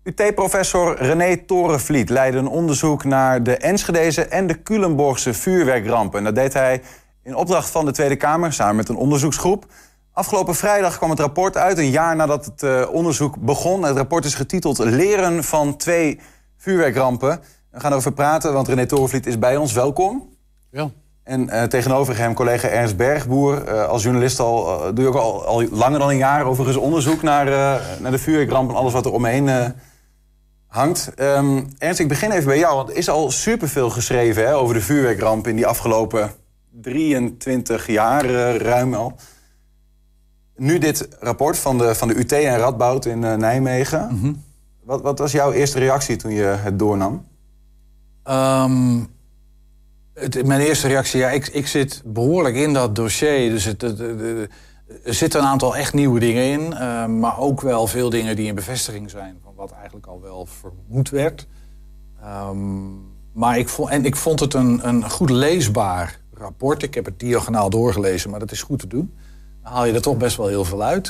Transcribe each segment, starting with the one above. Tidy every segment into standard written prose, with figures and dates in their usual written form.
UT-professor René Torenvliet leidde een onderzoek naar de Enschedese en de Culemborgse vuurwerkrampen. En dat deed hij in opdracht van de Tweede Kamer, samen met een onderzoeksgroep. Afgelopen vrijdag kwam het rapport uit, een jaar nadat het onderzoek begon. Het rapport is getiteld Leren van 2 vuurwerkrampen. We gaan erover praten, want René Torenvliet is bij ons. Welkom. Ja. En tegenover hem collega Ernst Bergboer. Als journalist doe je ook al langer dan een jaar overigens onderzoek naar de vuurwerkramp en alles wat er omheen hangt. Ernst, ik begin even bij jou, want er is al superveel geschreven over de vuurwerkramp in die afgelopen 23 jaar, ruim al. Nu dit rapport van de UT en Radboud in Nijmegen. Mm-hmm. Wat was jouw eerste reactie toen je het doornam? Mijn eerste reactie, ja, ik zit behoorlijk in dat dossier. Dus er zitten een aantal echt nieuwe dingen in. Maar ook wel veel dingen die in bevestiging zijn van wat eigenlijk al wel vermoed werd. Maar ik vond het een goed leesbaar rapport. Ik heb het diagonaal doorgelezen, maar dat is goed te doen. Dan haal je er toch best wel heel veel uit.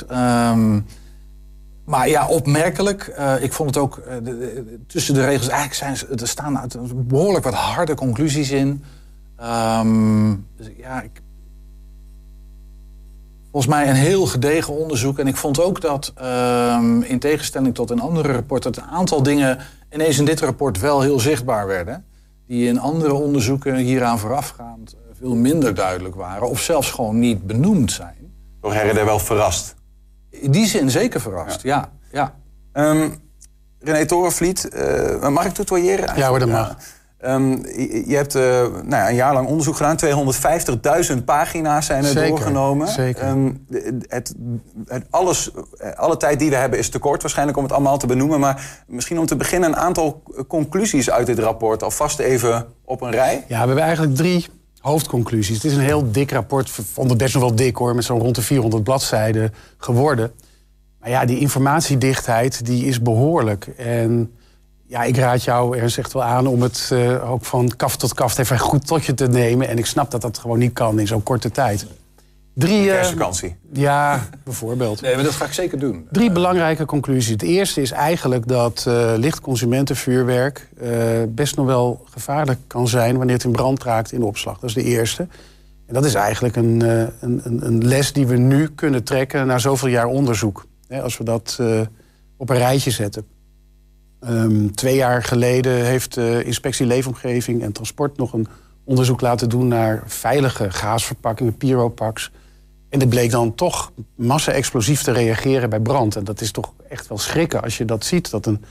Maar ja, opmerkelijk. Ik vond het ook tussen de regels... Eigenlijk er staan behoorlijk wat harde conclusies in. Dus ja, volgens mij een heel gedegen onderzoek. En ik vond ook dat, in tegenstelling tot in andere rapporten... dat een aantal dingen ineens in dit rapport wel heel zichtbaar werden. Die in andere onderzoeken hieraan voorafgaand veel minder duidelijk waren. Of zelfs gewoon niet benoemd zijn. Toch her en der wel verrast? In die zin zeker verrast, ja. René Torenvliet, mag ik tutoyeren? Ja hoor, dat mag. Je hebt een jaar lang onderzoek gedaan. 250.000 pagina's zijn er doorgenomen. Zeker. Alle tijd die we hebben is te kort waarschijnlijk om het allemaal te benoemen. Maar misschien om te beginnen een aantal conclusies uit dit rapport alvast even op een rij. Ja, we hebben eigenlijk 3 hoofdconclusies. Het is een heel dik rapport, vond het best nog wel dik hoor, met zo'n rond de 400 bladzijden geworden. Maar ja, die informatiedichtheid die is behoorlijk. En ja, ik raad jou, Ernst, echt wel aan om het ook van kaft tot kaft even goed tot je te nemen. En ik snap dat dat gewoon niet kan in zo'n korte tijd. 3 kerstvakantie. Ja, bijvoorbeeld. Nee, maar dat ga ik zeker doen. 3 belangrijke conclusies. Het eerste is eigenlijk dat lichtconsumentenvuurwerk best nog wel gevaarlijk kan zijn wanneer het in brand raakt in de opslag. Dat is de eerste. En dat is eigenlijk een les die we nu kunnen trekken na zoveel jaar onderzoek. Als we dat op een rijtje zetten. 2 jaar geleden heeft de Inspectie Leefomgeving en Transport nog een onderzoek laten doen naar veilige gaasverpakkingen, pyropaks. En dat bleek dan toch massa-explosief te reageren bij brand. En dat is toch echt wel schrikken als je dat ziet. Dat een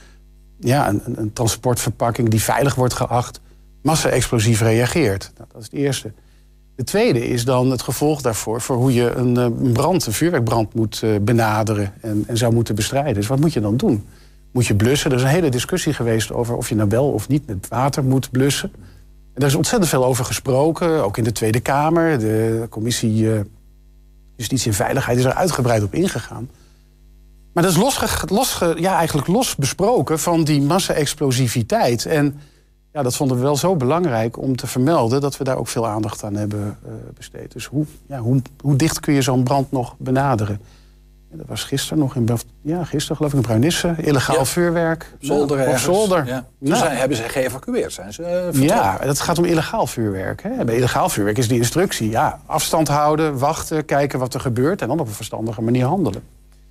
transportverpakking die veilig wordt geacht massa-explosief reageert. Nou, dat is het eerste. De tweede is dan het gevolg daarvoor voor hoe je een vuurwerkbrand moet benaderen en zou moeten bestrijden. Dus wat moet je dan doen? Moet je blussen? Er is een hele discussie geweest over of je nou wel of niet met water moet blussen. En daar is ontzettend veel over gesproken, ook in de Tweede Kamer. De commissie Justitie en Veiligheid is er uitgebreid op ingegaan. Maar dat is eigenlijk los besproken van die massa-explosiviteit. En ja, dat vonden we wel zo belangrijk om te vermelden dat we daar ook veel aandacht aan hebben besteed. Dus hoe dicht kun je zo'n brand nog benaderen? En dat was gisteren nog gisteren geloof ik in Bruinisse. Illegaal vuurwerk. Op zolder. Ja. Toen hebben ze geëvacueerd, zijn ze vertrokken. Ja, dat gaat om illegaal vuurwerk. Hè. Bij illegaal vuurwerk is de instructie. Ja, afstand houden, wachten, kijken wat er gebeurt en dan op een verstandige manier handelen.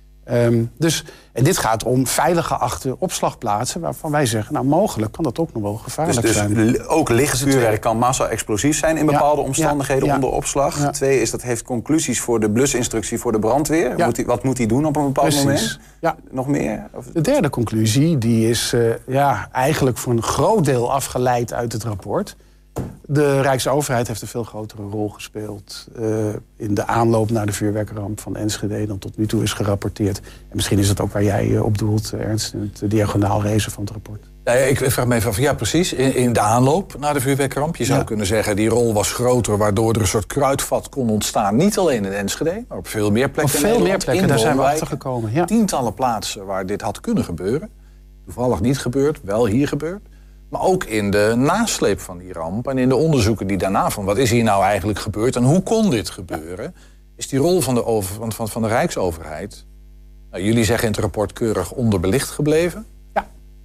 En dit gaat om veilig geachte opslagplaatsen waarvan wij zeggen, nou mogelijk kan dat ook nog wel gevaarlijk zijn. Dus ook licht vuurwerk kan massa-explosief zijn in bepaalde omstandigheden onder opslag. Ja. 2 is dat heeft conclusies voor de blusinstructie voor de brandweer. Ja. Wat moet hij doen op een bepaald moment? Ja. Nog meer? De derde conclusie die is eigenlijk voor een groot deel afgeleid uit het rapport. De Rijksoverheid heeft een veel grotere rol gespeeld in de aanloop naar de vuurwerkramp van Enschede dan tot nu toe is gerapporteerd. En misschien is dat ook waar jij op doelt, Ernst, in het diagonaal lezen van het rapport. Ik vraag me even af, ja precies, in de aanloop naar de vuurwerkramp. Je zou kunnen zeggen, die rol was groter, waardoor er een soort kruidvat kon ontstaan. Niet alleen in Enschede, maar op veel meer plekken. Op veel meer plekken, daar zijn we achter gekomen. Ja. Tientallen plaatsen waar dit had kunnen gebeuren. Toevallig niet gebeurd, wel hier gebeurd. Maar ook in de nasleep van die ramp en in de onderzoeken die daarna van wat is hier nou eigenlijk gebeurd en hoe kon dit gebeuren, is die rol van de Rijksoverheid, nou, jullie zeggen in het rapport keurig onderbelicht gebleven. Ja.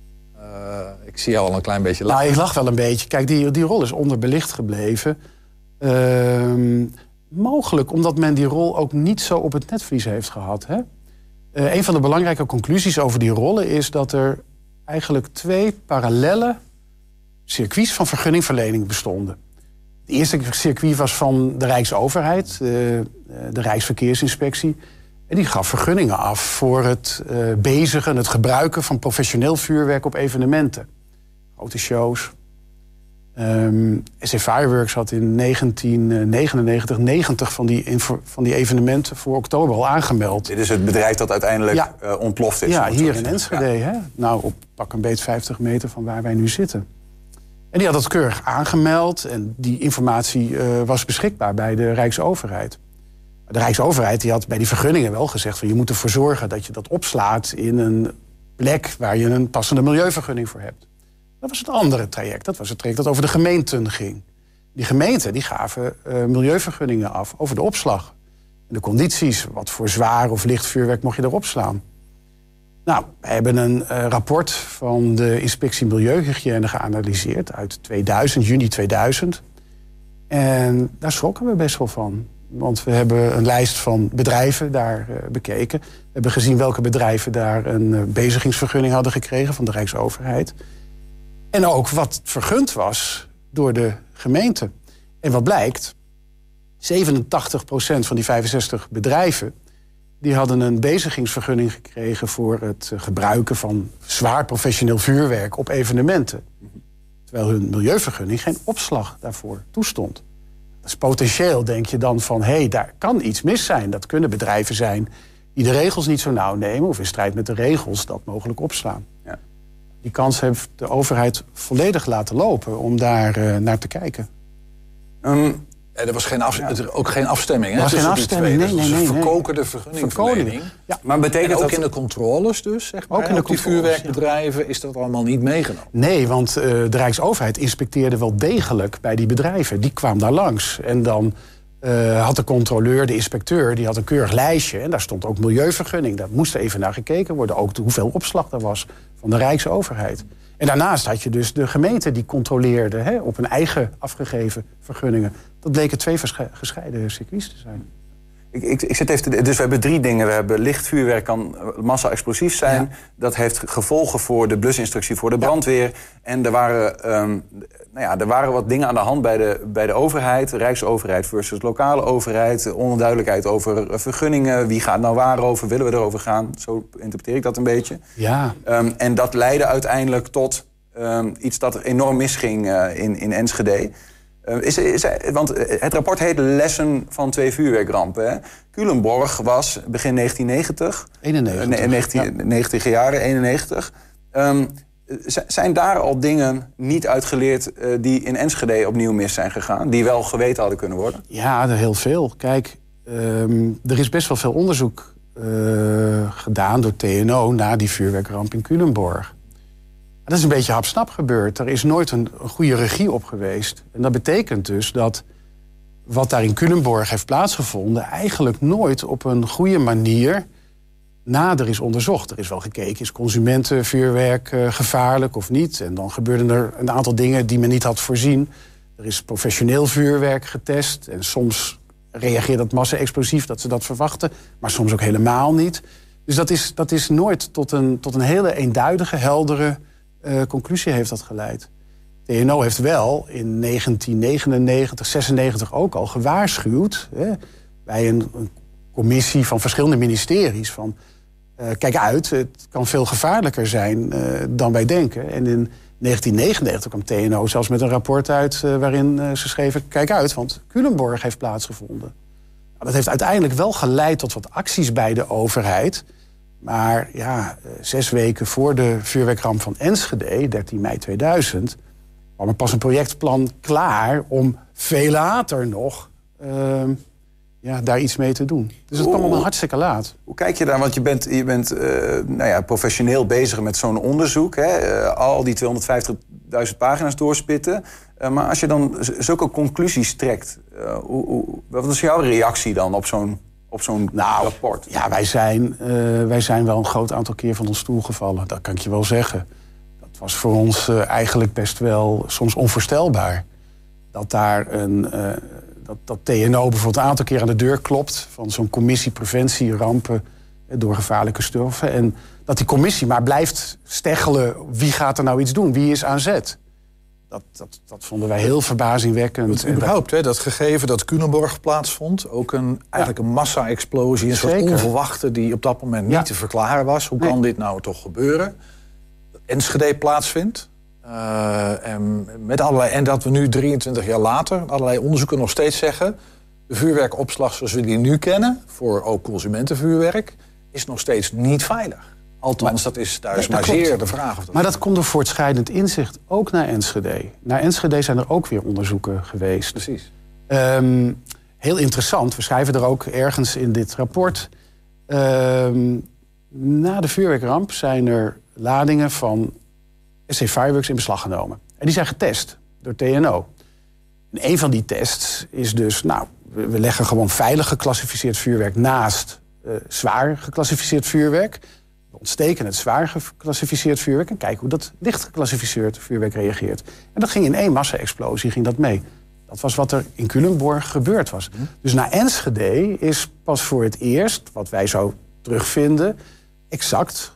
Ik zie jou al een klein beetje lachen. Nou, ik lach wel een beetje. Kijk, die rol is onderbelicht gebleven. Mogelijk omdat men die rol ook niet zo op het netvlies heeft gehad. Hè? Een van de belangrijke conclusies over die rollen is dat er eigenlijk 2 parallelle circuits van vergunningverlening bestonden. Het eerste circuit was van de Rijksoverheid, de Rijksverkeersinspectie. En die gaf vergunningen af voor het bezigen, het gebruiken van professioneel vuurwerk op evenementen. Grote shows. SC Fireworks had in 1999 90 van die evenementen voor oktober al aangemeld. Dit is het bedrijf dat uiteindelijk ontploft is. Ja, hier in Enschede. Ja. Hè? Nou, op pak een beet 50 meter van waar wij nu zitten. En die had dat keurig aangemeld. En die informatie was beschikbaar bij de Rijksoverheid. De Rijksoverheid die had bij die vergunningen wel gezegd van je moet ervoor zorgen dat je dat opslaat in een plek waar je een passende milieuvergunning voor hebt. Dat was het andere traject. Dat was het traject dat over de gemeenten ging. Die gemeenten die gaven milieuvergunningen af over de opslag. En de condities, wat voor zwaar of licht vuurwerk mocht je erop slaan. Nou, we hebben een rapport van de Inspectie Milieuhygiëne geanalyseerd uit 2000, juni 2000. En daar schrokken we best wel van. Want we hebben een lijst van bedrijven daar bekeken. We hebben gezien welke bedrijven daar een bezigingsvergunning hadden gekregen van de Rijksoverheid. En ook wat vergund was door de gemeente. En wat blijkt, 87% van die 65 bedrijven die hadden een bezigingsvergunning gekregen voor het gebruiken van zwaar professioneel vuurwerk op evenementen. Terwijl hun milieuvergunning geen opslag daarvoor toestond. Dat is potentieel, denk je dan van, daar kan iets mis zijn. Dat kunnen bedrijven zijn die de regels niet zo nauw nemen of in strijd met de regels dat mogelijk opslaan. Ja. Die kans heeft de overheid volledig laten lopen om daar naar te kijken. Er was ook geen afstemming. Er was geen afstemming, nee. Verkokerde vergunningverlening. Ja. Maar betekent ook dat in de controles dus, zeg maar, ook in die vuurwerkbedrijven is dat allemaal niet meegenomen? Nee, want de Rijksoverheid inspecteerde wel degelijk bij die bedrijven. Die kwam daar langs. En dan had de controleur, de inspecteur, die had een keurig lijstje. En daar stond ook milieuvergunning. Daar moest even naar gekeken worden. Ook hoeveel opslag er was van de Rijksoverheid. En daarnaast had je dus de gemeente die controleerde op een eigen afgegeven vergunningen. Dat bleken 2 gescheiden circuits te zijn. Ik zit even dus we hebben 3 dingen. We hebben licht vuurwerk kan massa-explosief zijn. Ja. Dat heeft gevolgen voor de blusinstructie voor de brandweer. Ja. En er waren wat dingen aan de hand bij de overheid. Rijksoverheid versus lokale overheid. Onduidelijkheid over vergunningen. Wie gaat nou waarover? Willen we erover gaan? Zo interpreteer ik dat een beetje. Ja. En dat leidde uiteindelijk tot iets dat er enorm misging in Enschede. Want het rapport heet Lessen van 2 vuurwerkrampen. Hè? Culemborg was begin 1990. 90 jaren, 91. Zijn daar al dingen niet uitgeleerd die in Enschede opnieuw mis zijn gegaan? Die wel geweten hadden kunnen worden? Ja, er heel veel. Kijk, er is best wel veel onderzoek gedaan door TNO na die vuurwerkramp in Culemborg. Dat is een beetje hapsnap gebeurd. Er is nooit een goede regie op geweest. En dat betekent dus dat wat daar in Culemborg heeft plaatsgevonden eigenlijk nooit op een goede manier nader is onderzocht. Er is wel gekeken, is consumentenvuurwerk gevaarlijk of niet? En dan gebeurden er een aantal dingen die men niet had voorzien. Er is professioneel vuurwerk getest. En soms reageert dat massa-explosief dat ze dat verwachten. Maar soms ook helemaal niet. Dus dat is nooit tot een hele eenduidige, heldere conclusie heeft dat geleid. TNO heeft wel in 1999, 96 ook al gewaarschuwd bij een commissie van verschillende ministeries van kijk uit, het kan veel gevaarlijker zijn dan wij denken. En in 1999 kwam TNO zelfs met een rapport uit waarin ze schreven kijk uit, want Culemborg heeft plaatsgevonden. Nou, dat heeft uiteindelijk wel geleid tot wat acties bij de overheid. Maar 6 weken voor de vuurwerkramp van Enschede, 13 mei 2000... kwam er pas een projectplan klaar om veel later nog daar iets mee te doen. Dus dat kwam allemaal hartstikke laat. Hoe kijk je daar? Want je bent professioneel bezig met zo'n onderzoek. Hè? Al die 250.000 pagina's doorspitten. Maar als je dan zulke conclusies trekt, wat is jouw reactie dan op zo'n rapport? Ja, wij zijn wel een groot aantal keer van ons stoel gevallen. Dat kan ik je wel zeggen. was voor ons eigenlijk best wel soms onvoorstelbaar. Dat daar dat TNO bijvoorbeeld een aantal keer aan de deur klopt van zo'n commissie preventie rampen door gevaarlijke stoffen. En dat die commissie maar blijft steggelen, wie gaat er nou iets doen? Wie is aan zet? Dat vonden wij heel verbazingwekkend. Überhaupt, dat gegeven dat Culemborg plaatsvond, ook eigenlijk een massa-explosie, een soort onverwachte die op dat moment niet te verklaren was. Hoe kan dit nou toch gebeuren? Enschede plaatsvindt. En dat we nu 23 jaar later allerlei onderzoeken nog steeds zeggen, de vuurwerkopslag zoals we die nu kennen, voor ook consumentenvuurwerk, is nog steeds niet veilig. Althans, dat is maar zeer de vraag. Of dat maar dat komt door voortschrijdend inzicht ook naar Enschede. Naar Enschede zijn er ook weer onderzoeken geweest. Precies. Heel interessant, we schrijven er ook ergens in dit rapport. Na de vuurwerkramp zijn er ladingen van SC Fireworks in beslag genomen. En die zijn getest door TNO. En een van die tests is dus, we leggen gewoon veilig geclassificeerd vuurwerk naast zwaar geclassificeerd vuurwerk. We ontsteken het zwaar geclassificeerd vuurwerk en kijken hoe dat licht geclassificeerd vuurwerk reageert. En dat ging in één massa-explosie, ging dat mee. Dat was wat er in Culemborg gebeurd was. Dus na Enschede is pas voor het eerst, wat wij zo terugvinden, exact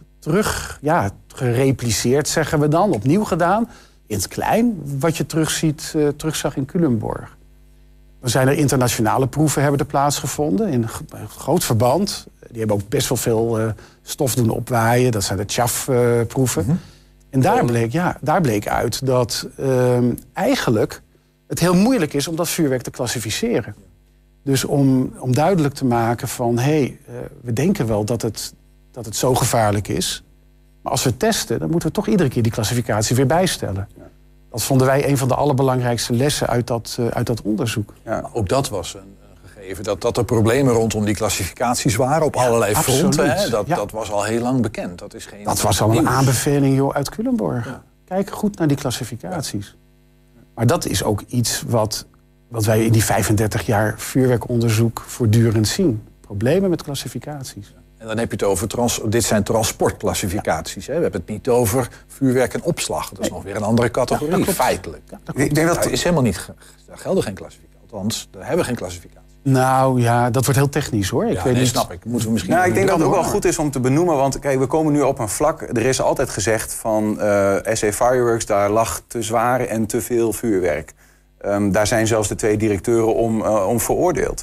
gerepliceerd, zeggen we dan, opnieuw gedaan, in het klein, wat je terugzag in Culemborg. Er zijn er internationale proeven hebben er plaatsgevonden in groot verband. Die hebben ook best wel veel stof doen opwaaien. Dat zijn de Chaff-proeven. En daar bleek uit dat eigenlijk het heel moeilijk is om dat vuurwerk te klassificeren. Dus om duidelijk te maken van, we denken wel dat het zo gevaarlijk is. Maar als we testen, dan moeten we toch iedere keer die klassificatie weer bijstellen. Ja. Dat vonden wij een van de allerbelangrijkste lessen uit dat onderzoek. Ja. Maar ook dat was een gegeven, dat er problemen rondom die klassificaties waren op allerlei fronten. Hè? Dat was al heel lang bekend. Dat was al een aanbeveling uit Culemborg. Ja. Kijk goed naar die klassificaties. Ja. Maar dat is ook iets wat wij in die 35 jaar vuurwerkonderzoek voortdurend zien. Problemen met klassificaties. En dan heb je het over, dit zijn transportklassificaties. Hè? We hebben het niet over vuurwerk en opslag. Dat is nog weer een andere categorie, feitelijk. Ja, ik denk dat is helemaal niet, daar gelden geen klassificatie. Althans, daar hebben we geen klassificatie. Nou ja, dat wordt heel technisch hoor. Ik weet niet. Snap ik. Moeten we misschien ik denk dat het ook wel goed is om te benoemen. Want kijk, we komen nu op een vlak. Er is altijd gezegd van SC Fireworks, daar lag te zwaar en te veel vuurwerk. Daar zijn zelfs de 2 directeuren om veroordeeld.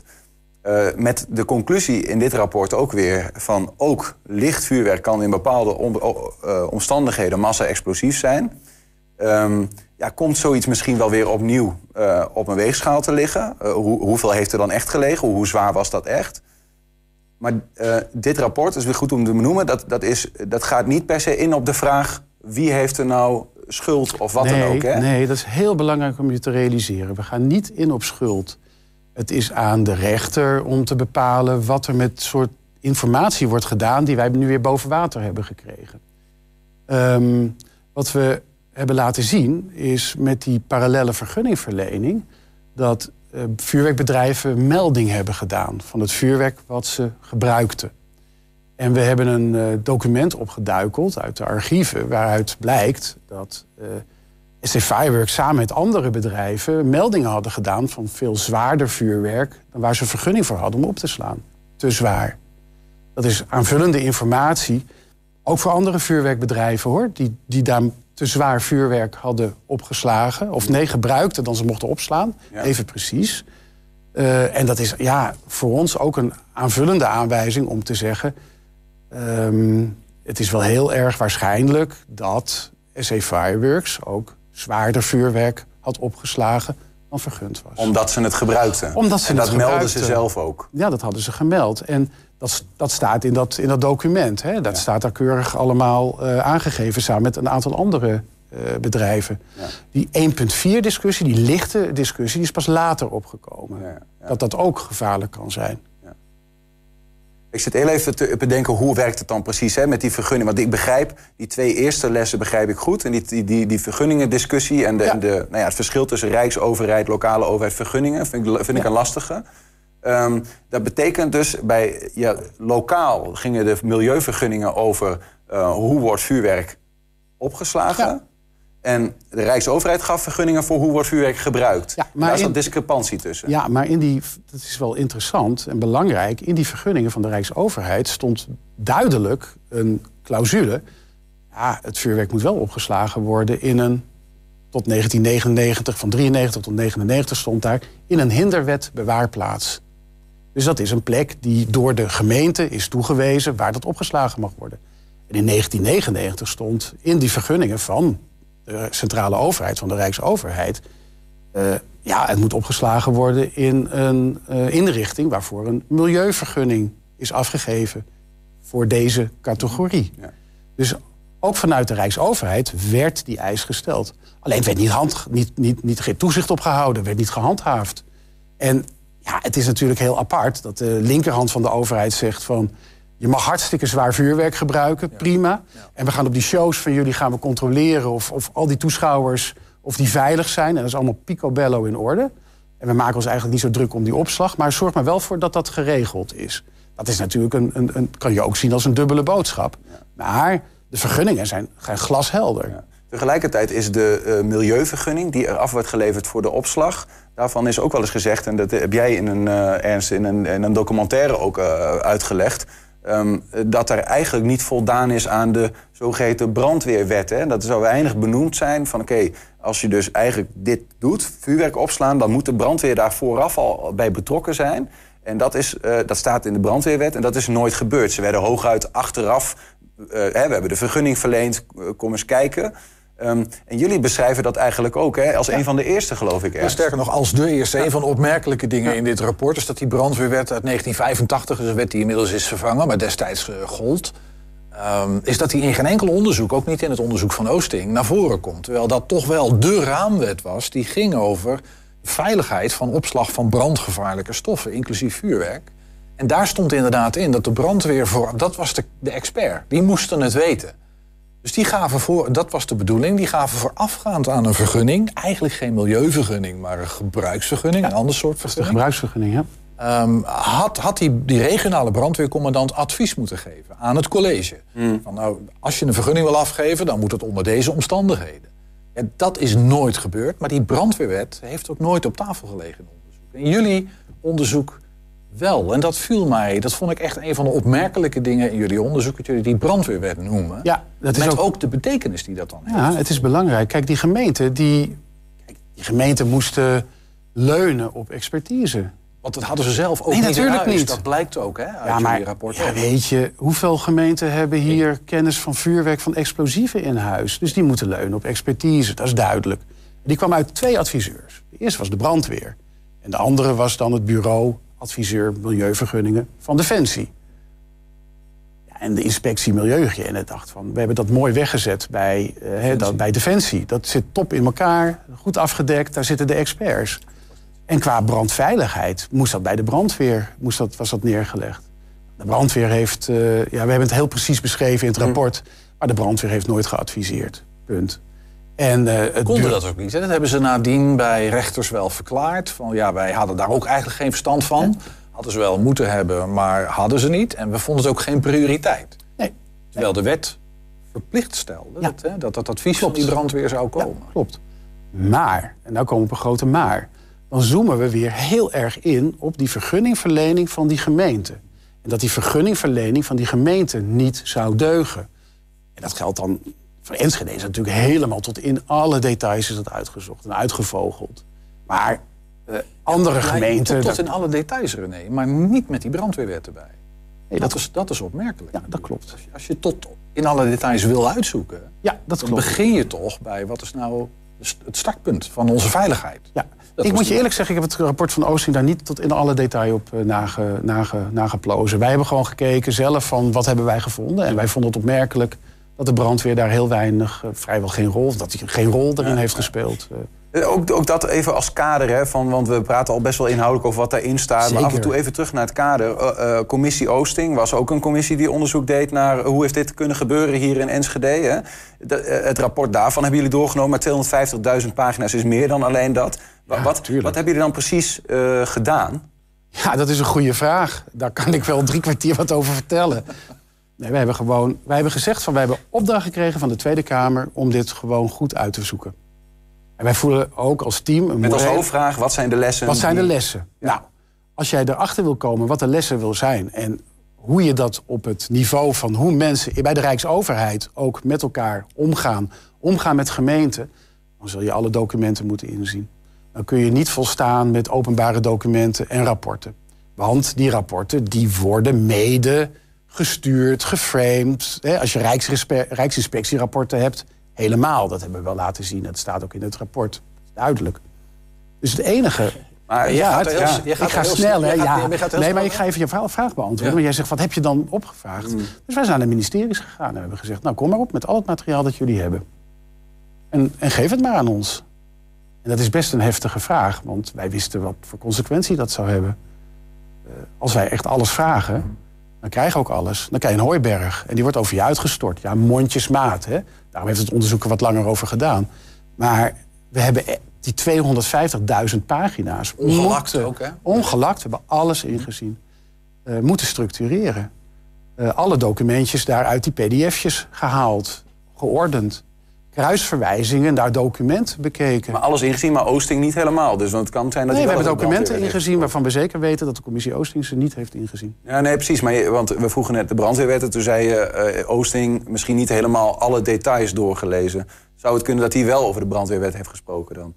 Met de conclusie in dit rapport ook weer van ook licht vuurwerk kan in bepaalde omstandigheden massa-explosief zijn. Komt zoiets misschien wel weer opnieuw op een weegschaal te liggen? Hoeveel heeft er dan echt gelegen? Hoe zwaar was dat echt? Maar dit rapport, is weer goed om te benoemen, dat gaat niet per se in op de vraag wie heeft er nou schuld of wat dan ook. Hè? Nee, dat is heel belangrijk om je te realiseren. We gaan niet in op schuld. Het is aan de rechter om te bepalen wat er met soort informatie wordt gedaan die wij nu weer boven water hebben gekregen. Wat we hebben laten zien is met die parallelle vergunningverlening dat vuurwerkbedrijven melding hebben gedaan van het vuurwerk wat ze gebruikten. En we hebben een document opgeduikeld uit de archieven waaruit blijkt dat SC Fireworks samen met andere bedrijven meldingen hadden gedaan van veel zwaarder vuurwerk dan waar ze vergunning voor hadden om op te slaan. Te zwaar. Dat is aanvullende informatie, ook voor andere vuurwerkbedrijven hoor, die daar te zwaar vuurwerk hadden opgeslagen. Of gebruikten dan ze mochten opslaan. Ja. Even precies. En dat is voor ons ook een aanvullende aanwijzing om te zeggen, het is wel heel erg waarschijnlijk dat SC Fireworks ook zwaarder vuurwerk had opgeslagen dan vergund was. Omdat ze het gebruikten? Dat melden ze zelf ook? Ja, dat hadden ze gemeld. En dat staat in dat document. Hè. Dat staat daar keurig allemaal aangegeven samen met een aantal andere bedrijven. Ja. Die 1.4-discussie, die lichte discussie, die is pas later opgekomen. Ja. Dat ook gevaarlijk kan zijn. Ik zit heel even te bedenken, hoe werkt het dan precies met die vergunning? Want ik begrijp, die 2 eerste lessen begrijp ik goed. En die vergunningendiscussie en het verschil tussen rijksoverheid, lokale overheid, vergunningen vind ik een lastige. Dat betekent dus, lokaal gingen de milieuvergunningen over hoe wordt vuurwerk opgeslagen. Ja. En de Rijksoverheid gaf vergunningen voor hoe wordt vuurwerk gebruikt. Ja, maar daar is een discrepantie tussen. Ja, maar dat is wel interessant en belangrijk. In die vergunningen van de Rijksoverheid stond duidelijk een clausule. Ja, het vuurwerk moet wel opgeslagen worden in een... Tot 1999, van 93 tot 99 stond daar... in een hinderwet bewaarplaats. Dus dat is een plek die door de gemeente is toegewezen... waar dat opgeslagen mag worden. En in 1999 stond in die vergunningen van de centrale overheid... van de Rijksoverheid... het moet opgeslagen worden in een inrichting... waarvoor een milieuvergunning is afgegeven voor deze categorie. Ja. Dus ook vanuit de Rijksoverheid werd die eis gesteld. Alleen werd geen toezicht op gehouden, werd niet gehandhaafd. En ja, het is natuurlijk heel apart dat de linkerhand van de overheid zegt van... je mag hartstikke zwaar vuurwerk gebruiken, prima. Ja. En we gaan op die shows van jullie gaan we controleren... of al die toeschouwers of die veilig zijn. En dat is allemaal picobello in orde. En we maken ons eigenlijk niet zo druk om die opslag... maar zorg maar wel voor dat dat geregeld is. Dat is natuurlijk kan je ook zien als een dubbele boodschap. Ja. Maar de vergunningen zijn glashelder. Ja. Tegelijkertijd is de milieuvergunning die eraf wordt geleverd voor de opslag... daarvan is ook wel eens gezegd, en dat heb jij in een documentaire ook uitgelegd... dat er eigenlijk niet voldaan is aan de zogeheten brandweerwet. Hè? Dat zou weinig benoemd zijn van oké, als je dus eigenlijk dit doet, vuurwerk opslaan... dan moet de brandweer daar vooraf al bij betrokken zijn. En dat staat in de brandweerwet en dat is nooit gebeurd. Ze werden hooguit achteraf... we hebben de vergunning verleend, kom eens kijken... en jullie beschrijven dat eigenlijk ook als een van de eerste, geloof ik. Sterker nog, als de eerste. Een van de opmerkelijke dingen in dit rapport... is dat die brandweerwet uit 1985... is een wet die inmiddels is vervangen, maar destijds gold... is dat die in geen enkel onderzoek, ook niet in het onderzoek van Oosting... naar voren komt. Terwijl dat toch wel de raamwet was. Die ging over de veiligheid van opslag van brandgevaarlijke stoffen... inclusief vuurwerk. En daar stond inderdaad in dat de brandweer... dat was de expert, die moesten het weten... Dus die gaven dat was de bedoeling, die gaven voorafgaand aan een vergunning... eigenlijk geen milieuvergunning, maar een gebruiksvergunning, een ander soort vergunning. De gebruiksvergunning, ja. Had die regionale brandweercommandant advies moeten geven aan het college. Van, nou, als je een vergunning wil afgeven, dan moet het onder deze omstandigheden. Ja, dat is nooit gebeurd, maar die brandweerwet heeft ook nooit op tafel gelegen in onderzoek. In jullie onderzoek wel. En dat viel mij, dat vond ik echt een van de opmerkelijke dingen in jullie onderzoek... dat jullie die brandweerwet noemen. Ja, dat is ook de betekenis die dat dan heeft. Ja, het is belangrijk. Kijk, die gemeenten moesten leunen op expertise. Want dat hadden ze zelf ook niet in huis. Dat blijkt ook uit jullie rapporten. Ja, weet je, hoeveel gemeenten hebben hier kennis van vuurwerk, van explosieven in huis? Dus die moeten leunen op expertise, dat is duidelijk. Die kwam uit 2 adviseurs. De eerste was de brandweer. En de andere was dan het bureau... adviseur milieuvergunningen van Defensie. Ja, en de inspectie Milieuhygiëne dacht van... we hebben dat mooi weggezet bij Defensie. Dat zit top in elkaar, goed afgedekt, daar zitten de experts. En qua brandveiligheid moest dat bij de brandweer was dat neergelegd. De brandweer heeft... we hebben het heel precies beschreven in het rapport... maar de brandweer heeft nooit geadviseerd. Punt. En, konden dat ook niet. Hè? Dat hebben ze nadien bij rechters wel verklaard. Van ja, wij hadden daar ook eigenlijk geen verstand van. Ja. Hadden ze wel moeten hebben, maar hadden ze niet. En we vonden het ook geen prioriteit. Nee. Terwijl de wet verplicht stelde dat advies van die brandweer zou komen. Ja, klopt. Maar, en nou komen we op een grote maar... dan zoomen we weer heel erg in op die vergunningverlening van die gemeente. En dat die vergunningverlening van die gemeente niet zou deugen. En dat geldt dan... Voor Enschede is het natuurlijk helemaal tot in alle details is dat uitgezocht en uitgevogeld. Maar andere gemeenten... Tot in alle details, René, maar niet met die brandweerwet erbij. Nee, dat is opmerkelijk. Ja, dat klopt. Als je tot in alle details wil uitzoeken... Ja, dat dan klopt. Begin je toch bij wat is nou het startpunt van onze veiligheid. Ja. Ik moet je eerlijk zeggen, ik heb het rapport van Oosting daar niet tot in alle detail op nageplozen. Wij hebben gewoon gekeken zelf van wat hebben wij gevonden. En wij vonden het opmerkelijk... dat de brandweer daar heel weinig, vrijwel geen rol... dat hij geen rol erin heeft gespeeld. Ook dat even als kader, hè, want we praten al best wel inhoudelijk over wat daarin staat. Zeker. Maar af en toe even terug naar het kader. Commissie Oosting was ook een commissie die onderzoek deed naar... hoe heeft dit kunnen gebeuren hier in Enschede. Hè? Het rapport daarvan hebben jullie doorgenomen... maar 250.000 pagina's is meer dan alleen dat. Wat hebben jullie dan precies gedaan? Ja, dat is een goede vraag. Daar kan ik wel 3 kwartier wat over vertellen. Nee, wij hebben gezegd wij hebben opdracht gekregen van de Tweede Kamer om dit gewoon goed uit te zoeken. En wij voelen ook als team... Met als hoofdvraag, wat zijn de lessen? Wat zijn de lessen? Ja. Nou, als jij erachter wil komen wat de lessen wil zijn... en hoe je dat op het niveau van hoe mensen bij de Rijksoverheid ook met elkaar omgaan met gemeenten... dan zul je alle documenten moeten inzien. Dan kun je niet volstaan met openbare documenten en rapporten. Want die rapporten die worden mede gestuurd, geframed. Als je Rijksinspectierapporten hebt, helemaal. Dat hebben we wel laten zien. Dat staat ook in het rapport. Duidelijk. Dus het enige... Maar ik ga snel, hè? Maar ik ga even je vraag beantwoorden. Ja. Maar jij zegt, wat heb je dan opgevraagd? Dus wij zijn naar de ministeries gegaan en hebben gezegd... nou, kom maar op met al het materiaal dat jullie hebben. En geef het maar aan ons. En dat is best een heftige vraag, want wij wisten wat voor consequentie dat zou hebben. Als wij echt alles vragen, dan krijg je ook alles. Dan krijg je een hooiberg en die wordt over je uitgestort. Ja, mondjesmaat, hè. Daarom heeft het onderzoek er wat langer over gedaan. Maar we hebben die 250.000 pagina's... Ongelakt ook, hè? Ongelakt, we hebben alles ingezien. Moeten structureren. Alle documentjes daaruit die pdf'jes gehaald, geordend. Kruisverwijzingen naar documenten bekeken. Maar alles ingezien, maar Oosting niet helemaal. Dus want het kan zijn dat we hebben documenten ingezien waarvan we zeker weten dat de commissie Oosting ze niet heeft ingezien. Ja, nee, precies. Maar want we vroegen net de brandweerwet en toen zei je Oosting misschien niet helemaal alle details doorgelezen. Zou het kunnen dat hij wel over de brandweerwet heeft gesproken dan?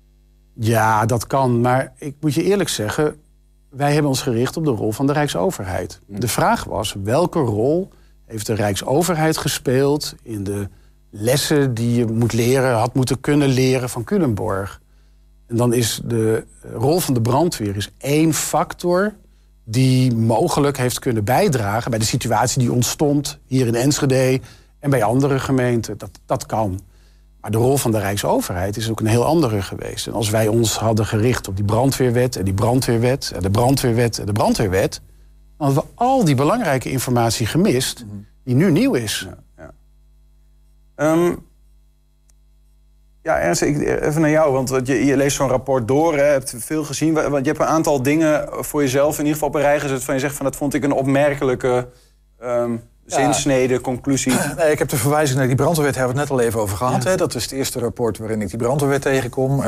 Ja, dat kan. Maar ik moet je eerlijk zeggen, wij hebben ons gericht op de rol van de Rijksoverheid. De vraag was, welke rol heeft de Rijksoverheid gespeeld in de lessen die je had moeten kunnen leren van Culemborg. En dan is de rol van de brandweer is één factor die mogelijk heeft kunnen bijdragen bij de situatie die ontstond hier in Enschede en bij andere gemeenten. Dat kan. Maar de rol van de Rijksoverheid is ook een heel andere geweest. En als wij ons hadden gericht op die brandweerwet en die brandweerwet en de brandweerwet en de brandweerwet, dan hadden we al die belangrijke informatie gemist die nu nieuw is. Ja, Ernst, even naar jou, want je leest zo'n rapport door, hebt veel gezien. Want je hebt een aantal dingen voor jezelf in ieder geval op een rij gezet van je zegt van dat vond ik een opmerkelijke zinsnede, conclusie. Nee, ik heb de verwijzing naar die brandweerwet, hebben we het net al even over gehad. Ja. Hè? Dat is het eerste rapport waarin ik die brandweerwet tegenkom.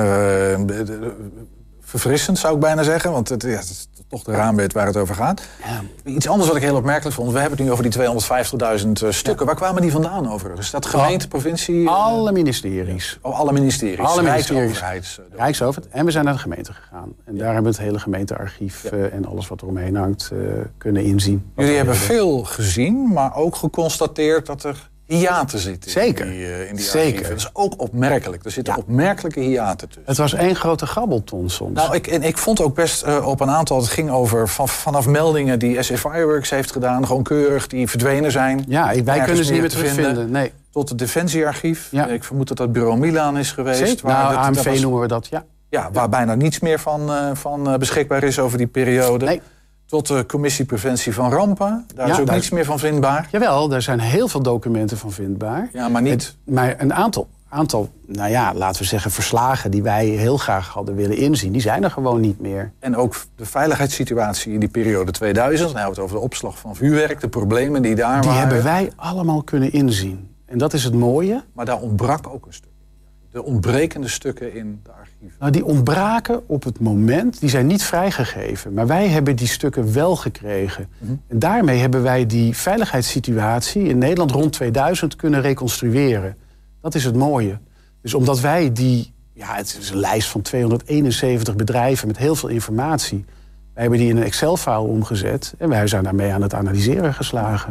Verfrissend zou ik bijna zeggen, want het is toch de raamwet waar het over gaat. Ja. Iets anders wat ik heel opmerkelijk vond. We hebben het nu over die 250.000 stukken. Ja. Waar kwamen die vandaan overigens? Is dat gemeente, provincie? Alle ministeries. Oh, alle ministeries. Alle ministeries. Rijksoverheid. En we zijn naar de gemeente gegaan. En daar hebben we het hele gemeentearchief en alles wat er omheen hangt kunnen inzien. Jullie hebben veel gezien, maar ook geconstateerd dat er hiaten zitten. Zeker. In die archieven. Dat is ook opmerkelijk. Er zitten opmerkelijke hiaten tussen. Het was één grote grabbelton soms. Nou, ik vond ook best op een aantal... Het ging over vanaf meldingen die SF Fireworks heeft gedaan. Gewoon keurig, die verdwenen zijn. Ja, wij kunnen ze niet meer terugvinden. Nee. Tot het Defensiearchief. Ja. Ik vermoed dat dat bureau Milaan is geweest. Zeker. Waar AMV noemen we dat, ja. Ja, waar bijna niets meer van beschikbaar is over die periode. Nee. Tot de Commissie Preventie van Rampen. Daar is ook niets meer van vindbaar. Jawel, daar zijn heel veel documenten van vindbaar. Ja, maar niet... Maar een aantal, nou ja, laten we zeggen, verslagen die wij heel graag hadden willen inzien, die zijn er gewoon niet meer. En ook de veiligheidssituatie in die periode 2000. Dan hebben we het over de opslag van vuurwerk, de problemen die daar waren. Die hebben wij allemaal kunnen inzien. En dat is het mooie. Maar daar ontbrak ook een stuk. De ontbrekende stukken in de archieven. Nou, die ontbraken op het moment, die zijn niet vrijgegeven. Maar wij hebben die stukken wel gekregen. En daarmee hebben wij die veiligheidssituatie in Nederland rond 2000 kunnen reconstrueren. Dat is het mooie. Dus omdat wij het is een lijst van 271 bedrijven met heel veel informatie. Wij hebben die in een Excel-file omgezet en wij zijn daarmee aan het analyseren geslagen.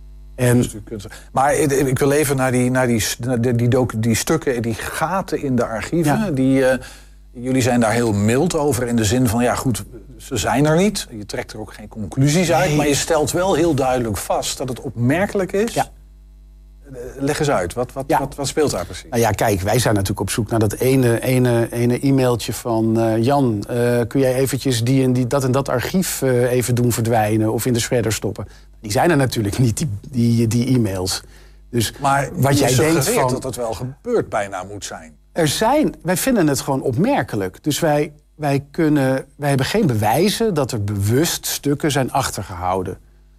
Maar ik wil even naar die stukken, die gaten in de archieven. Ja. Jullie zijn daar heel mild over in de zin van, ja goed, ze zijn er niet. Je trekt er ook geen conclusies uit. Maar je stelt wel heel duidelijk vast dat het opmerkelijk is. Ja. Leg eens uit, wat speelt daar precies? Nou ja, kijk, wij zijn natuurlijk op zoek naar dat ene e-mailtje van Jan. Kun jij eventjes dat en dat archief even doen verdwijnen of in de shredder stoppen? Die zijn er natuurlijk niet, die e-mails. Dus maar wat jij denkt van dat het wel gebeurd bijna moet zijn. Wij vinden het gewoon opmerkelijk. Dus wij hebben geen bewijzen dat er bewust stukken zijn achtergehouden.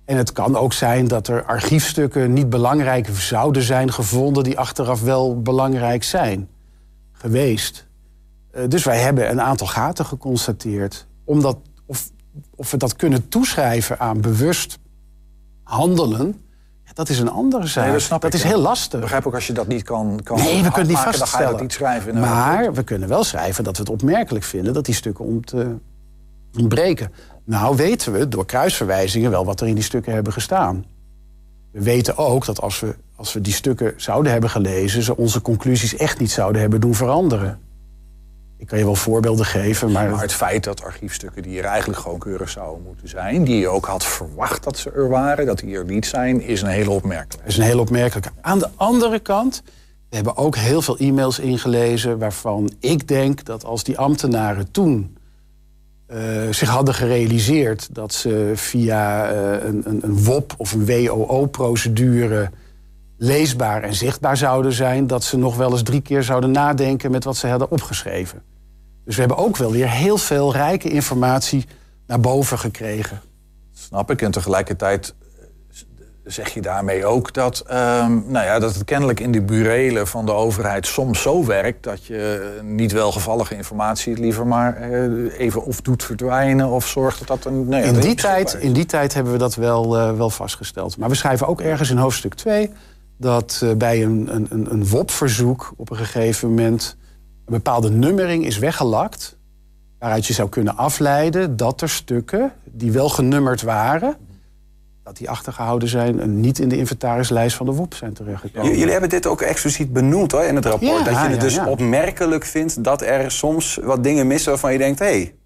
En het kan ook zijn dat er archiefstukken niet belangrijk zouden zijn gevonden... die achteraf wel belangrijk zijn geweest. Dus wij hebben een aantal gaten geconstateerd. Omdat, of we dat kunnen toeschrijven aan bewust handelen... dat is een andere zaak. Nee, dat is heel lastig. Ik begrijp ook als je dat niet kan nee, we kunnen het niet vaststellen. Dan ga je dat niet schrijven. Maar we kunnen wel schrijven dat we het opmerkelijk vinden... dat die stukken ontbreken. Nou weten we door kruisverwijzingen wel wat er in die stukken hebben gestaan. We weten ook dat als we die stukken zouden hebben gelezen... ze onze conclusies echt niet zouden hebben doen veranderen. Ik kan je wel voorbeelden geven, maar het feit dat archiefstukken die er eigenlijk gewoon keurig zouden moeten zijn... die je ook had verwacht dat ze er waren, dat die er niet zijn... is een hele opmerkelijke. is een hele opmerkelijke. Aan de andere kant, we hebben ook heel veel e-mails ingelezen... waarvan ik denk dat als die ambtenaren toen... zich hadden gerealiseerd dat ze via een WOP of een WOO-procedure... leesbaar en zichtbaar zouden zijn... dat ze nog wel eens 3 keer zouden nadenken met wat ze hadden opgeschreven. Dus we hebben ook wel weer heel veel rijke informatie naar boven gekregen. Snap ik. En tegelijkertijd zeg je daarmee ook dat, dat het kennelijk in de burelen van de overheid soms zo werkt... dat je niet welgevallige informatie liever maar even of doet verdwijnen... of zorgt dat dat een... In die tijd hebben we dat wel vastgesteld. Maar we schrijven ook ergens in hoofdstuk 2... dat bij een WOP-verzoek op een gegeven moment... een bepaalde nummering is weggelakt... waaruit je zou kunnen afleiden dat er stukken die wel genummerd waren... dat die achtergehouden zijn en niet in de inventarislijst van de WOP zijn terechtgekomen. Jullie hebben dit ook expliciet benoemd hoor, in het rapport. Ja, dat je het dus opmerkelijk vindt dat er soms wat dingen missen... waarvan je denkt, hey,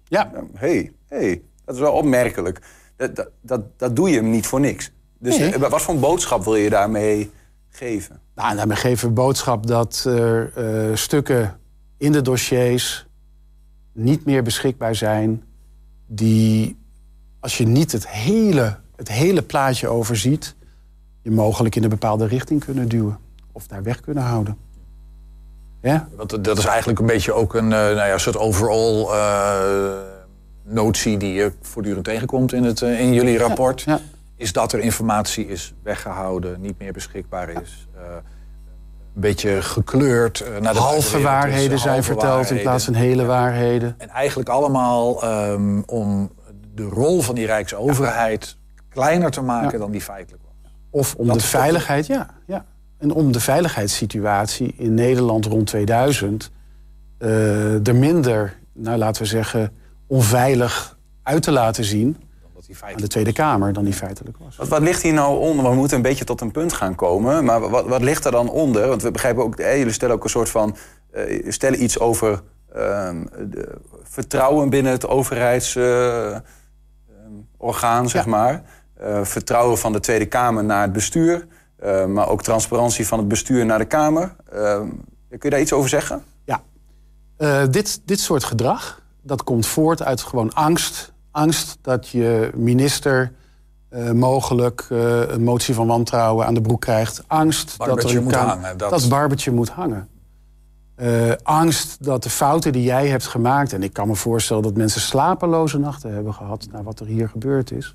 dat is wel opmerkelijk. Dat doe je hem niet voor niks. Dus wat voor boodschap wil je daarmee geven? Nou, daarmee geven we boodschap dat er stukken in de dossiers... niet meer beschikbaar zijn... die, als je niet het hele plaatje overziet... je mogelijk in een bepaalde richting kunnen duwen. Of daar weg kunnen houden. Ja? Want dat is eigenlijk een beetje ook een soort overall notie... die je voortdurend tegenkomt in jullie rapport. Ja. Is dat er informatie is weggehouden, niet meer beschikbaar is... een beetje gekleurd. Halve waarheden zijn verteld in plaats van hele waarheden. En eigenlijk allemaal om de rol van die Rijksoverheid kleiner te maken dan die feitelijk was. Of om de veiligheid, ja. En om de veiligheidssituatie in Nederland rond 2000... er minder, laten we zeggen, onveilig uit te laten zien... aan de Tweede Kamer dan die feitelijk was. Wat ligt hier nou onder? We moeten een beetje tot een punt gaan komen. Maar wat ligt er dan onder? Want we begrijpen ook, jullie stellen ook een soort van... stellen iets over vertrouwen binnen het overheidsorgaan, zeg maar. Vertrouwen van de Tweede Kamer naar het bestuur. Maar ook transparantie van het bestuur naar de Kamer. Kun je daar iets over zeggen? Ja. Dit soort gedrag, dat komt voort uit gewoon angst... Angst dat je minister mogelijk een motie van wantrouwen aan de broek krijgt. Angst dat het barbertje moet hangen. Angst dat de fouten die jij hebt gemaakt... en ik kan me voorstellen dat mensen slapeloze nachten hebben gehad... naar wat er hier gebeurd is.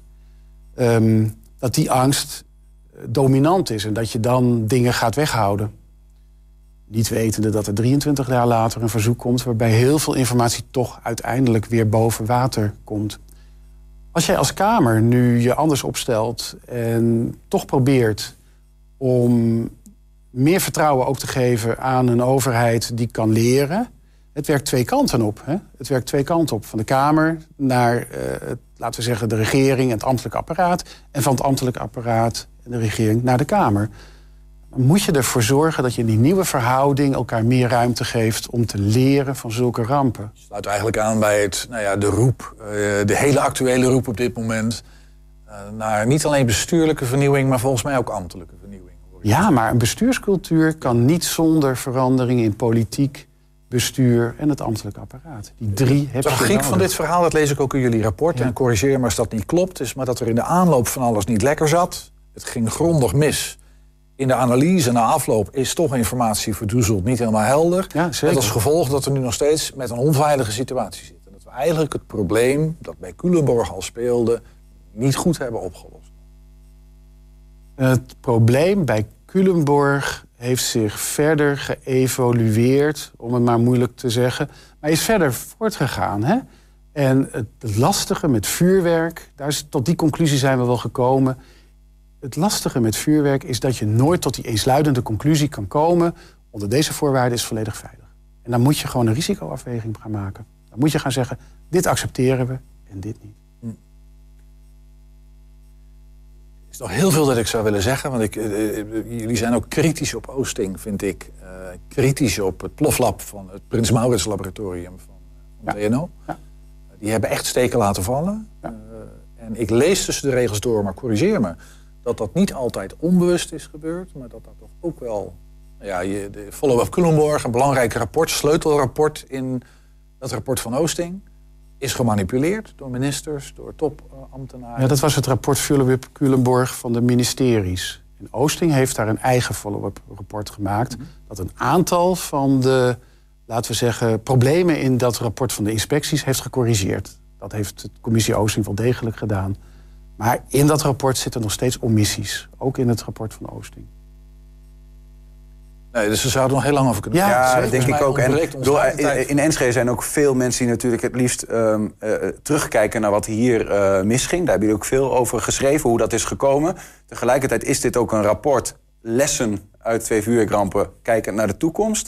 Dat die angst dominant is en dat je dan dingen gaat weghouden. Niet wetende dat er 23 jaar later een verzoek komt... waarbij heel veel informatie toch uiteindelijk weer boven water komt. Als jij als Kamer nu je anders opstelt en toch probeert... om meer vertrouwen ook te geven aan een overheid die kan leren... het werkt 2 kanten op. Hè? Het werkt 2 kanten op. Van de Kamer naar, laten we zeggen, de regering en het ambtelijk apparaat... en van het ambtelijk apparaat en de regering naar de Kamer... moet je ervoor zorgen dat je in die nieuwe verhouding... elkaar meer ruimte geeft om te leren van zulke rampen. Het sluit eigenlijk aan bij de roep, de hele actuele roep op dit moment... naar niet alleen bestuurlijke vernieuwing, maar volgens mij ook ambtelijke vernieuwing. Ja, maar een bestuurscultuur kan niet zonder verandering in politiek, bestuur en het ambtelijk apparaat. Die 3 heb je nodig. De logiek van dit verhaal, dat lees ik ook in jullie rapport... en corrigeer me als dat niet klopt... is maar dat er in de aanloop van alles niet lekker zat. Het ging grondig mis... In de analyse na afloop is toch informatie verdoezeld, niet helemaal helder. Ja, zeker. Met als gevolg dat we nu nog steeds met een onveilige situatie zitten. Dat we eigenlijk het probleem dat bij Culemborg al speelde niet goed hebben opgelost. Het probleem bij Culemborg heeft zich verder geëvolueerd, om het maar moeilijk te zeggen. Maar is verder voortgegaan. Hè? En het lastige met vuurwerk, tot die conclusie zijn we wel gekomen. Het lastige met vuurwerk is dat je nooit tot die eensluidende conclusie kan komen. Onder deze voorwaarden is het volledig veilig. En dan moet je gewoon een risicoafweging gaan maken. Dan moet je gaan zeggen, dit accepteren we en dit niet. Er is nog heel veel dat ik zou willen zeggen. Want jullie zijn ook kritisch op Oosting, vind ik. Kritisch op het ploflab van het Prins Maurits Laboratorium van TNO. Ja. Die hebben echt steken laten vallen. Ja. En ik lees tussen de regels door, maar corrigeer me, dat niet altijd onbewust is gebeurd, maar dat toch ook wel... de follow-up Culemborg, een belangrijk rapport, sleutelrapport in dat rapport van Oosting, is gemanipuleerd door ministers, door topambtenaren. Ja, dat was het rapport follow-up Culemborg van de ministeries. En Oosting heeft daar een eigen follow-up rapport gemaakt, dat een aantal van de, laten we zeggen, problemen in dat rapport van de inspecties heeft gecorrigeerd. Dat heeft de commissie Oosting wel degelijk gedaan. Maar in dat rapport zitten nog steeds omissies. Ook in het rapport van Oosting. Nee, dus we zouden nog heel lang over kunnen praten. Ja, dat denk ik ook. En in Enschede zijn ook veel mensen die natuurlijk het liefst terugkijken naar wat hier misging. Daar hebben jullie ook veel over geschreven, hoe dat is gekomen. Tegelijkertijd is dit ook een rapport, lessen uit 2 vuurwerkrampen, kijkend naar de toekomst.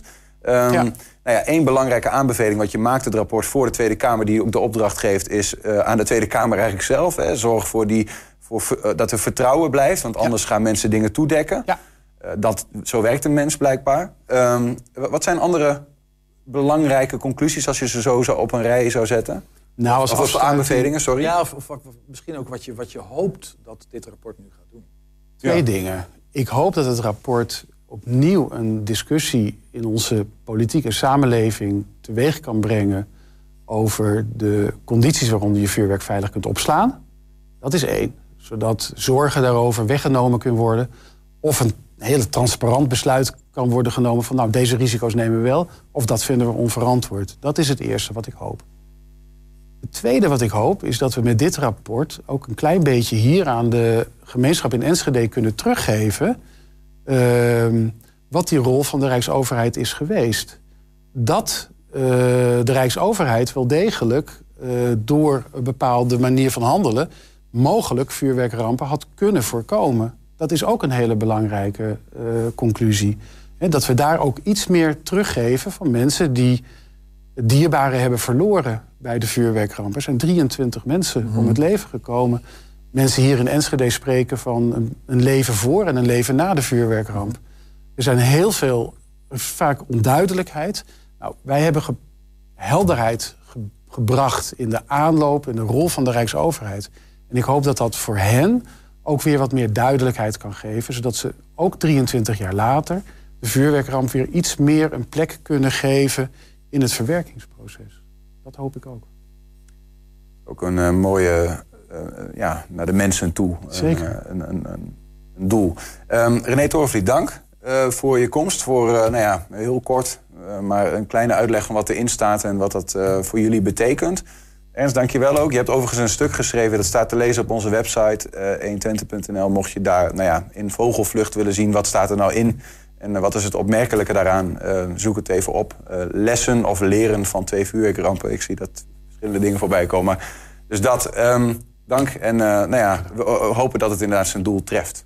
Één belangrijke aanbeveling wat je maakt, het rapport voor de Tweede Kamer, die ook de opdracht geeft, is aan de Tweede Kamer eigenlijk zelf. Zorg dat er vertrouwen blijft, want anders gaan mensen dingen toedekken. Ja. Zo werkt een mens blijkbaar. Wat zijn andere belangrijke conclusies als je ze zo op een rij zou zetten? Nou, of aanbevelingen, sorry. Ja, of misschien ook wat je hoopt dat dit rapport nu gaat doen. 2 dingen. Ik hoop dat het rapport opnieuw een discussie in onze politieke samenleving teweeg kan brengen over de condities waaronder je vuurwerk veilig kunt opslaan. Dat is 1. Zodat zorgen daarover weggenomen kunnen worden. Of een hele transparant besluit kan worden genomen van, nou, deze risico's nemen we wel, of dat vinden we onverantwoord. Dat is het eerste wat ik hoop. Het tweede wat ik hoop is dat we met dit rapport ook een klein beetje hier aan de gemeenschap in Enschede kunnen teruggeven wat die rol van de Rijksoverheid is geweest. Dat de Rijksoverheid wel degelijk door een bepaalde manier van handelen mogelijk vuurwerkrampen had kunnen voorkomen. Dat is ook een hele belangrijke conclusie. Dat we daar ook iets meer teruggeven van mensen die dierbaren hebben verloren bij de vuurwerkramp. Er zijn 23 mensen om het leven gekomen. Mensen hier in Enschede spreken van een leven voor en een leven na de vuurwerkramp. Er zijn heel veel, vaak onduidelijkheid. Nou, wij hebben helderheid gebracht in de aanloop en de rol van de Rijksoverheid. En ik hoop dat dat voor hen ook weer wat meer duidelijkheid kan geven, zodat ze ook 23 jaar later de vuurwerkramp weer iets meer een plek kunnen geven in het verwerkingsproces. Dat hoop ik ook. Ook een mooie, naar de mensen toe. Zeker. Een doel. René Torenvliet, dank voor je komst. Voor, heel kort, maar een kleine uitleg van wat erin staat en wat dat voor jullie betekent. Ernst, dank je wel ook. Je hebt overigens een stuk geschreven, dat staat te lezen op onze website 120.nl. Mocht je daar in vogelvlucht willen zien, wat staat er nou in en wat is het opmerkelijke daaraan, zoek het even op. Lessen of leren van 2 vuurwerkrampen. Ik zie dat verschillende dingen voorbij komen. Dus dat, dank en we hopen dat het inderdaad zijn doel treft.